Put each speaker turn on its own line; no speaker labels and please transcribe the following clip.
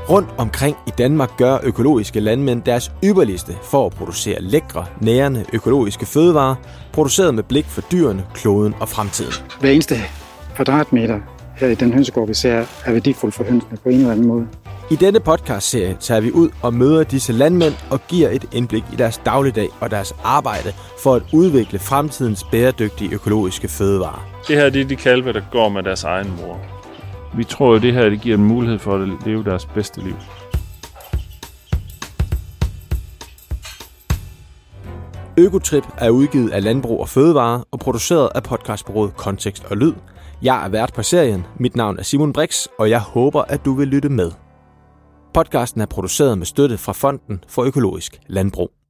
Rundt omkring i Danmark gør økologiske landmænd deres ypperligste for at producere lækre, nærende økologiske fødevarer, produceret med blik for dyrene, kloden og fremtiden.
Hver eneste kvadratmeter her i den hønsegård, vi ser, er værdifuld for hønsene på en eller anden måde.
I denne podcastserie tager vi ud og møder disse landmænd og giver et indblik i deres dagligdag og deres arbejde for at udvikle fremtidens bæredygtige økologiske fødevarer.
Det her det er de kalve, der går med deres egen mor.
Vi tror, at det her det giver en mulighed for at leve deres bedste liv.
Økotrip er udgivet af Landbrug og Fødevare og produceret af podcastbureauet Kontekst og Lyd. Jeg er vært på serien. Mit navn er Simon Brix, og jeg håber, at du vil lytte med. Podcasten er produceret med støtte fra Fonden for Økologisk Landbrug.